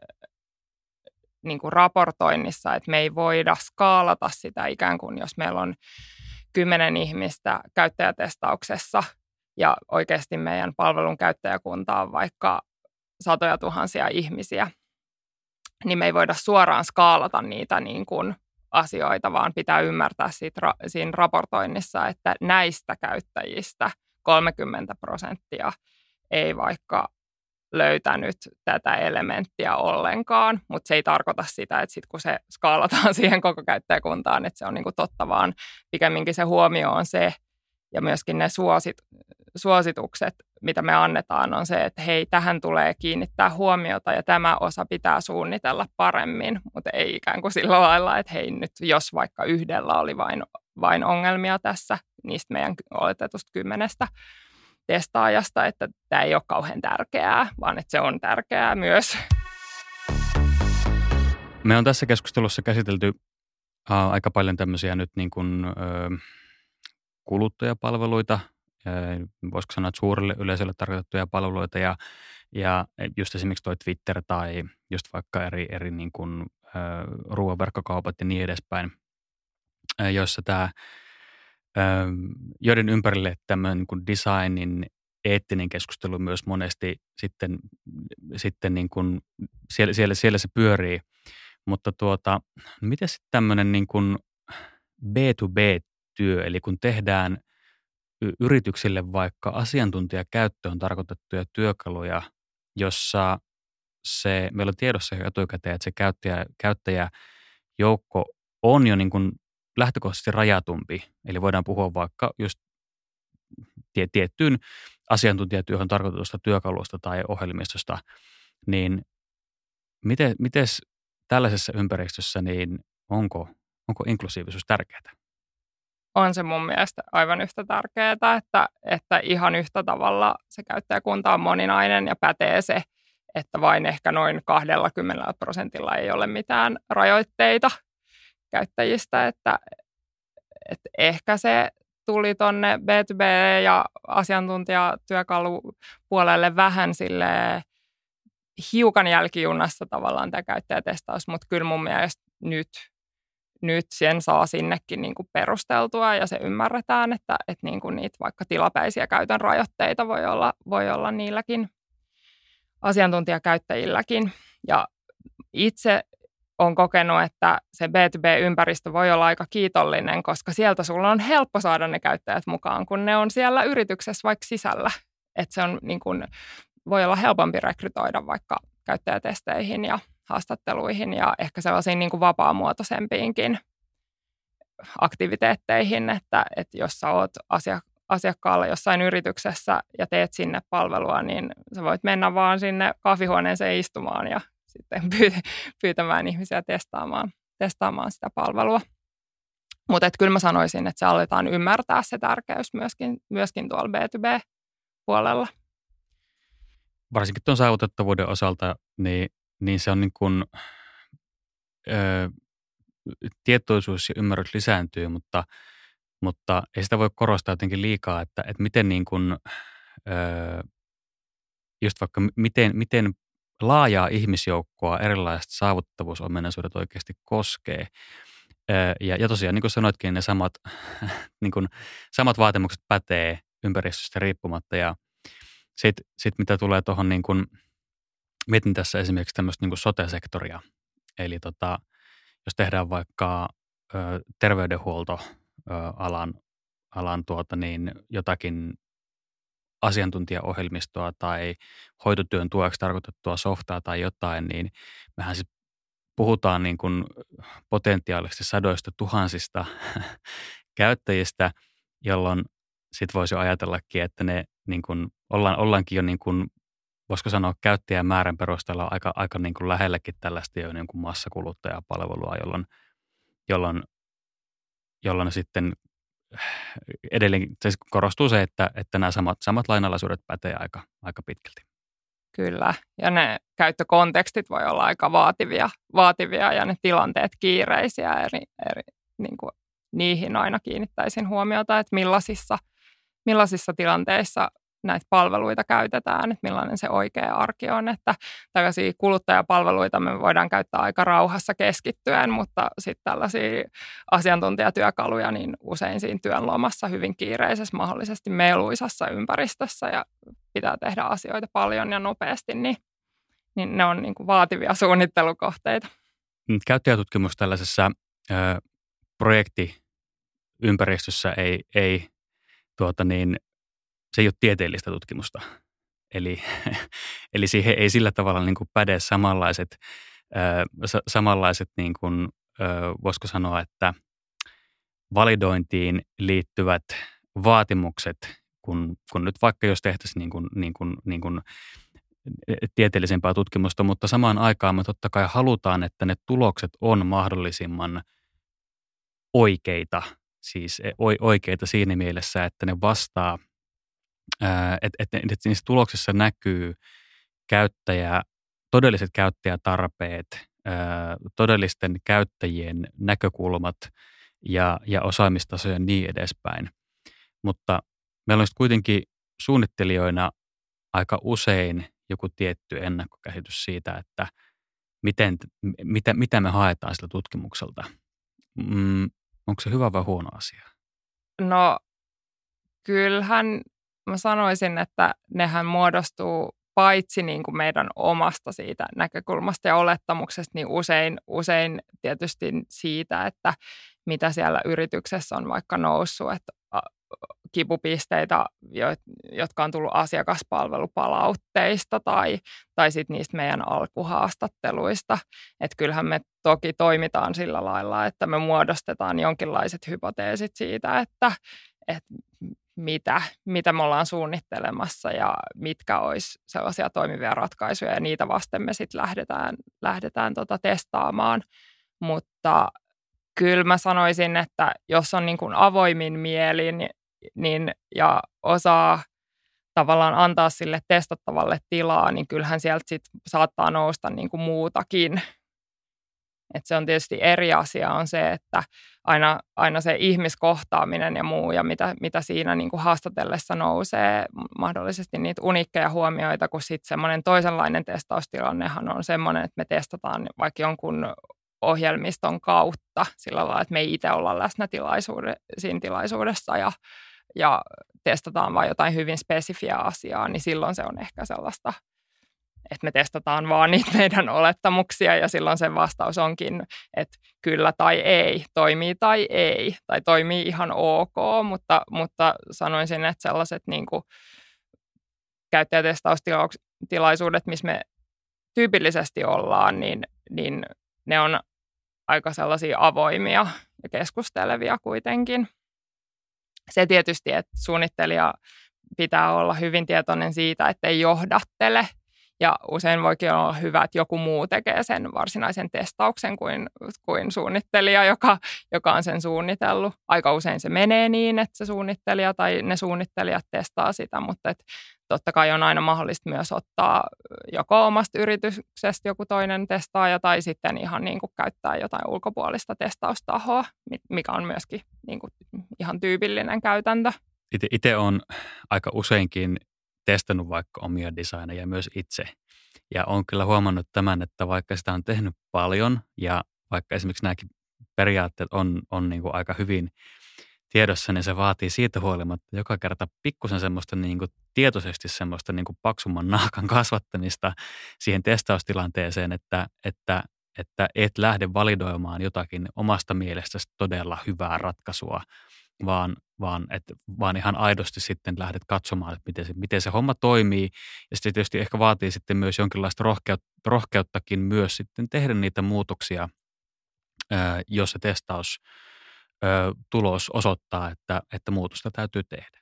niin kuin raportoinnissa, että me ei voida skaalata sitä ikään kuin, jos meillä on kymmenen ihmistä käyttäjätestauksessa ja oikeasti meidän palvelun käyttäjäkunta on vaikka satoja tuhansia ihmisiä, niin me ei voida suoraan skaalata niitä niin kuin asioita, vaan pitää ymmärtää siitä, siinä raportoinnissa, että näistä käyttäjistä kolmekymmentä prosenttia ei vaikka löytänyt tätä elementtiä ollenkaan, mutta se ei tarkoita sitä, että sit kun se skaalataan siihen koko käyttäjäkuntaan, että se on niinku totta, vaan pikemminkin se huomio on se, ja myöskin ne suosit, suositukset, mitä me annetaan, on se, että hei, tähän tulee kiinnittää huomiota ja tämä osa pitää suunnitella paremmin, mutta ei ikään kuin sillä lailla, että hei nyt, jos vaikka yhdellä oli vain, vain ongelmia tässä, niistä meidän oletetusta kymmenestä testaajasta, että tämä ei ole kauhean tärkeää, vaan että se on tärkeää myös. Me on tässä keskustelussa käsitelty uh, aika paljon tämmöisiä nyt niin kuin, uh, kuluttajapalveluita, uh, voisiko sanoa, että suurelle yleisölle tarkoitettuja palveluita ja, ja just esimerkiksi toi Twitter tai just vaikka eri, eri niin kuin, uh, ruoaverkkokaupat ja niin edespäin, uh, joissa tämä joiden ympärille tämmöinen niin kuin designin eettinen keskustelu myös monesti sitten, sitten niin kuin siellä, siellä, siellä se pyörii. Mutta tuota, miten sitten tämmöinen niin kuin B to B-työ, eli kun tehdään yrityksille vaikka asiantuntijakäyttöön tarkoitettuja työkaluja, jossa se, meillä on tiedossa etukäteen, että se käyttäjä, käyttäjäjoukko on jo niin kuin lähtökohtaisesti rajatumpi, eli voidaan puhua vaikka just tie, tiettyyn asiantuntijatyöhön tarkoitusta työkalusta tai ohjelmistosta, niin miten, mites tällaisessa ympäristössä, niin onko, onko inklusiivisuus tärkeää? On se mun mielestä aivan yhtä tärkeää, että, että ihan yhtä tavalla se käyttäjäkunta on moninainen ja pätee se, että vain ehkä noin kaksikymmentä prosentilla ei ole mitään rajoitteita käyttäjistä, että, että ehkä se tuli tuonne B two B ja asiantuntijatyökalupuolelle vähän silleen hiukan jälkijunassa tavallaan tämä käyttäjätestaus, mutta kyllä mun mielestä nyt, nyt sen saa sinnekin niin kuin perusteltua ja se ymmärretään, että, että niin kuin niitä vaikka tilapäisiä käytön rajoitteita voi olla, voi olla niilläkin asiantuntijakäyttäjilläkin. Ja itse olen kokenut, että se B two B-ympäristö voi olla aika kiitollinen, koska sieltä sulla on helppo saada ne käyttäjät mukaan, kun ne on siellä yrityksessä vaikka sisällä. Että se on niin kuin, voi olla helpompi rekrytoida vaikka käyttäjätesteihin ja haastatteluihin ja ehkä sellaisiin niin kuin vapaamuotoisempiinkin aktiviteetteihin, että, että jos sä oot asiakkaalla jossain yrityksessä ja teet sinne palvelua, niin sä voit mennä vaan sinne kahvihuoneeseen istumaan ja sitten pyytämään ihmisiä testaamaan, testaamaan sitä palvelua. Mutta kyllä mä sanoisin, että se aletaan ymmärtää se tärkeys myöskin, myöskin tuolla B two B-puolella. Varsinkin tuon saavutettavuuden osalta, niin, niin se on niin kuin, ö, tietoisuus ja ymmärrys lisääntyy, mutta, mutta ei sitä voi korostaa jotenkin liikaa, että, että miten niin kuin, ö, just vaikka miten, miten laajaa ihmisjoukkoa erilaiset saavutettavuusominaisuudet oikeasti koskee. Ja, ja tosiaan, niin kuin sanoitkin, ne samat, niin kuin, samat vaatimukset pätee ympäristöstä riippumatta. Ja sitten sit mitä tulee tuohon, niin kuin, mietin tässä esimerkiksi tämmöistä niin kuin sote-sektoria. Eli tota, jos tehdään vaikka ö, terveydenhuoltoalan alan tuota, niin jotakin asiantuntijaohjelmistoa tai hoitotyön tueksi tarkoitettua softaa tai jotain, niin mehän siis puhutaan niin kuin potentiaalisesti sadoista tuhansista käyttäjistä, jolloin sitten voisi jo ajatellakin, että ne niin kuin ollaan, ollaankin jo niin kuin, voisiko sanoa käyttäjän määrän perusteella aika, aika niin kuin lähelläkin tällaista jo niin kuin massakuluttajapalvelua, jolloin, jolloin, jolloin sitten edelleen se korostuu se, että, että nämä samat, samat lainalaisuudet pätee aika, aika pitkälti. Kyllä, ja ne käyttökontekstit voi olla aika vaativia, vaativia ja ne tilanteet kiireisiä. Eri, eri, niin kuin niihin aina kiinnittäisin huomiota, että millaisissa, millaisissa tilanteissa näitä palveluita käytetään, että millainen se oikea arki on. Että tällaisia kuluttajapalveluita me voidaan käyttää aika rauhassa keskittyen, mutta sitten tällaisia asiantuntijatyökaluja niin usein siinä työn lomassa hyvin kiireisessä, mahdollisesti meluisassa ympäristössä ja pitää tehdä asioita paljon ja nopeasti, niin, niin ne on niin kuin vaativia suunnittelukohteita. Käyttäjätutkimus tällaisessa ö, projektiympäristössä ei, ei tuota niin, se ei ole tieteellistä tutkimusta. Eli, eli siihen ei sillä tavalla niin kuin päde samanlaiset, ö, samanlaiset niin kuin, ö, voisiko sanoa, että validointiin liittyvät vaatimukset, kun, kun nyt vaikka jos tehtäisiin niin kuin, niin kuin, niin kuin tieteellisempää tutkimusta, mutta samaan aikaan me totta kai halutaan, että ne tulokset on mahdollisimman oikeita, siis oikeita siinä mielessä, että ne vastaa, että, että, että niissä tuloksissa näkyy käyttäjä, todelliset käyttäjätarpeet, todellisten käyttäjien näkökulmat ja, ja osaamistaso ja niin edespäin. Mutta meillä on kuitenkin suunnittelijoina aika usein joku tietty ennakkokäsitys siitä, että miten, mitä, mitä me haetaan sillä tutkimukselta. Mm, onko se hyvä vai huono asia? No kyllähän mä sanoisin, että nehän muodostuu paitsi niin kuin meidän omasta siitä näkökulmasta ja olettamuksesta, niin usein, usein tietysti siitä, että mitä siellä yrityksessä on vaikka noussut, että kipupisteitä, jotka on tullut asiakaspalvelupalautteista tai, tai sitten niistä meidän alkuhaastatteluista. Että kyllähän me toki toimitaan sillä lailla, että me muodostetaan jonkinlaiset hypoteesit siitä, että, että mitä, mitä me ollaan suunnittelemassa ja mitkä olisi sellaisia toimivia ratkaisuja ja niitä vasten me sitten lähdetään, lähdetään tota testaamaan. Mutta kyllä mä sanoisin, että jos on niin kuin avoimin mielin niin, ja osaa, tavallaan antaa sille testattavalle tilaa, niin kyllähän sieltä sit saattaa nousta niin kuin muutakin. Et se on tietysti eri asia on se, että aina, aina se ihmiskohtaaminen ja muu ja mitä, mitä siinä niin kuin haastatellessa nousee, mahdollisesti niitä uniikkeja huomioita, kun sitten semmoinen toisenlainen testaustilannehan on semmoinen, että me testataan vaikka jonkun ohjelmiston kautta sillä lailla, että me ei itse olla läsnä tilaisuude, siinä tilaisuudessa ja, ja testataan vain jotain hyvin spesifiä asiaa, niin silloin se on ehkä sellaista, että me testataan vaan niitä meidän olettamuksia ja silloin se vastaus onkin, että kyllä tai ei, toimii tai ei, tai toimii ihan ok, mutta, mutta sanoisin, että sellaiset niin kuin käyttäjätestaustilaisuudet, missä me tyypillisesti ollaan, niin, niin ne on aika sellaisia avoimia ja keskustelevia kuitenkin. Se tietysti, että suunnittelija pitää olla hyvin tietoinen siitä, että ei johdattele. Ja usein voikin olla hyvä, että joku muu tekee sen varsinaisen testauksen kuin, kuin suunnittelija, joka, joka on sen suunnitellut. Aika usein se menee niin, että se suunnittelija tai ne suunnittelijat testaa sitä, mutta et totta kai on aina mahdollista myös ottaa joko omasta yrityksestä joku toinen testaaja tai sitten ihan niin kuin käyttää jotain ulkopuolista testaustahoa, mikä on myöskin niin kuin ihan tyypillinen käytäntö. Itse olen aika useinkin testannut vaikka omia designeja myös itse. Ja olen kyllä huomannut tämän, että vaikka sitä on tehnyt paljon ja vaikka esimerkiksi nämäkin periaatteet on, on niin kuin aika hyvin tiedossa, niin se vaatii siitä huolimatta joka kerta pikkusen semmoista niin kuin tietoisesti semmoista niin kuin paksumman naakan kasvattamista siihen testaustilanteeseen, että, että, että et lähde validoimaan jotakin omasta mielestäsi todella hyvää ratkaisua, vaan, vaan, et, vaan ihan aidosti sitten lähdet katsomaan, että miten se, miten se homma toimii. Ja sitten tietysti ehkä vaatii sitten myös jonkinlaista rohkeutta, rohkeuttakin myös sitten tehdä niitä muutoksia, jos se testaus tulos osoittaa, että, että muutosta täytyy tehdä.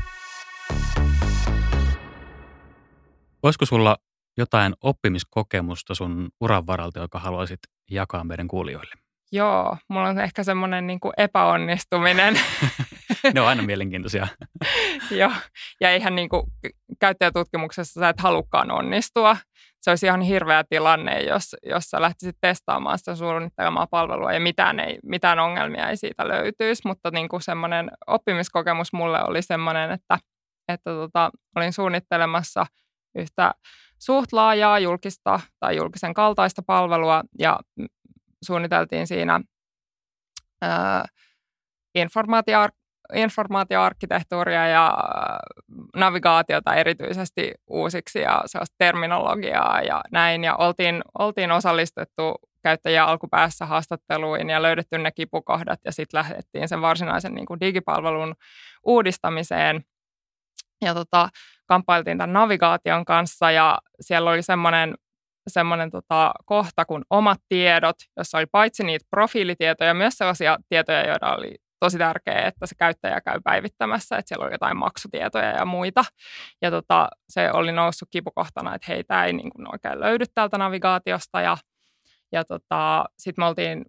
Olisiko sulla jotain oppimiskokemusta sun uran varalta, joka haluaisit jakaa meidän kuulijoille? Joo, mulla on ehkä semmoinen niin kuin epäonnistuminen. Ne on aina mielenkiintoisia. Joo, ja eihän niin kuin käyttäjätutkimuksessa sä et halukkaan onnistua. Se olisi ihan hirveä tilanne, jos, jos sä lähtisit testaamaan sitä suunnittelemaa palvelua ja mitään, ei, mitään ongelmia ei siitä löytyisi. Mutta niin kuin semmoinen oppimiskokemus mulle oli semmoinen, että, että tota, olin suunnittelemassa yhtä suht laajaa julkista tai julkisen kaltaista palvelua ja suunniteltiin siinä ää, informaatio, informaatioarkkitehtuuria ja navigaatiota erityisesti uusiksi ja sellaista terminologiaa ja näin. Ja oltiin, oltiin osallistettu käyttäjien alkupäässä haastatteluihin ja löydetty ne kipukohdat ja sitten lähdettiin sen varsinaisen niin kuin digipalvelun uudistamiseen. Ja tota, kamppailtiin tämän navigaation kanssa ja siellä oli semmoinen semmoinen tota, kohta kuin omat tiedot, jossa oli paitsi niitä profiilitietoja, myös sellaisia tietoja, joita oli tosi tärkeää, että se käyttäjä käy päivittämässä, että siellä oli jotain maksutietoja ja muita. Ja tota, se oli noussut kipukohtana, että hei, tämä ei niin kuin oikein löydy täältä navigaatiosta. Ja, ja tota, sitten me oltiin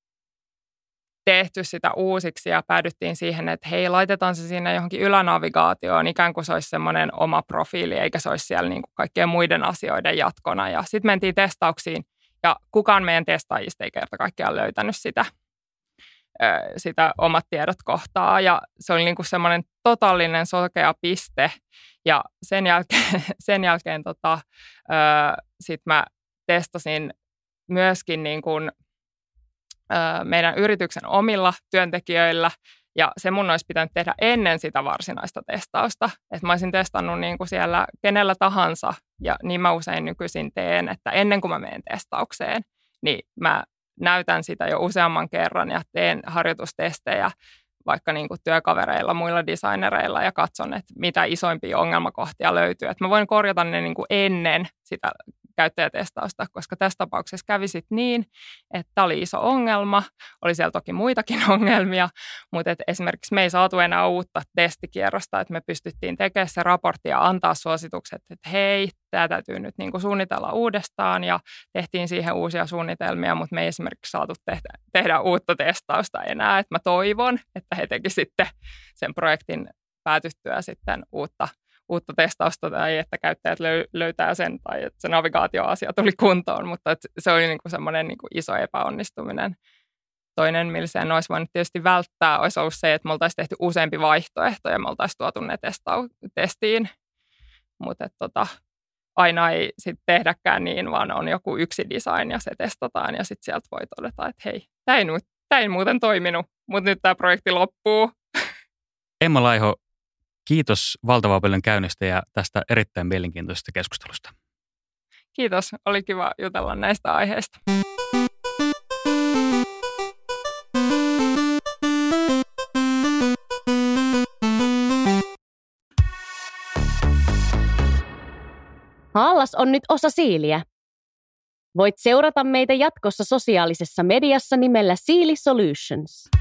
tehty sitä uusiksi ja päädyttiin siihen, että hei, laitetaan se sinne johonkin ylänavigaatioon, ikään kuin se olisi semmoinen oma profiili, eikä se olisi siellä niin kuin kaikkien muiden asioiden jatkona. Ja sitten mentiin testauksiin, ja kukaan meidän testaajista ei kerta kaikkiaan löytänyt sitä, sitä omat tiedot kohtaa. Ja se oli niin kuin semmoinen totaalinen sokea piste. Ja sen jälkeen, sen jälkeen tota, sitten mä testasin myöskin niin kuin meidän yrityksen omilla työntekijöillä, ja se mun olisi pitänyt tehdä ennen sitä varsinaista testausta. Että mä olisin testannut niin kuin siellä kenellä tahansa, ja niin mä usein nykyisin teen, että ennen kuin mä menen testaukseen, niin mä näytän sitä jo useamman kerran ja teen harjoitustestejä vaikka niin kuin työkavereilla, muilla designereilla ja katson, että mitä isoimpia ongelmakohtia löytyy. Että mä voin korjata ne niin kuin ennen sitä käyttäjätestausta, koska tässä tapauksessa kävi sitten niin, että tämä oli iso ongelma. Oli siellä toki muitakin ongelmia, mutta et esimerkiksi me ei saatu enää uutta testikierrosta, että me pystyttiin tekemään se raportti ja antaa suositukset, että hei, tämä täytyy nyt niin kuin suunnitella uudestaan ja tehtiin siihen uusia suunnitelmia, mutta me ei esimerkiksi saatu tehdä, tehdä uutta testausta enää. Että mä toivon, että he teki sitten sen projektin päätyttyä sitten uutta uutta testausta tai että käyttäjät löy- löytää sen tai että se navigaatioasia tuli kuntoon, mutta että se oli niin kuin semmoinen niin kuin iso epäonnistuminen. Toinen, millä sen olisi voinut tietysti välttää, olisi ollut se, että me oltaisiin tehty useampi vaihtoehto ja me oltaisiin tuotu ne testau- testiin, mutta tota, aina ei sit tehdäkään niin, vaan on joku yksi design ja se testataan ja sitten sieltä voi todeta, että hei, tämä ei, tämä ei muuten toiminut, mutta nyt tämä projekti loppuu. Emma Laiho, kiitos valtavan paljon käynnistä ja tästä erittäin mielenkiintoisesta keskustelusta. Kiitos, oli kiva jutella näistä aiheista. Haallas on nyt osa Siiliä. Voit seurata meitä jatkossa sosiaalisessa mediassa nimellä Siili Solutions.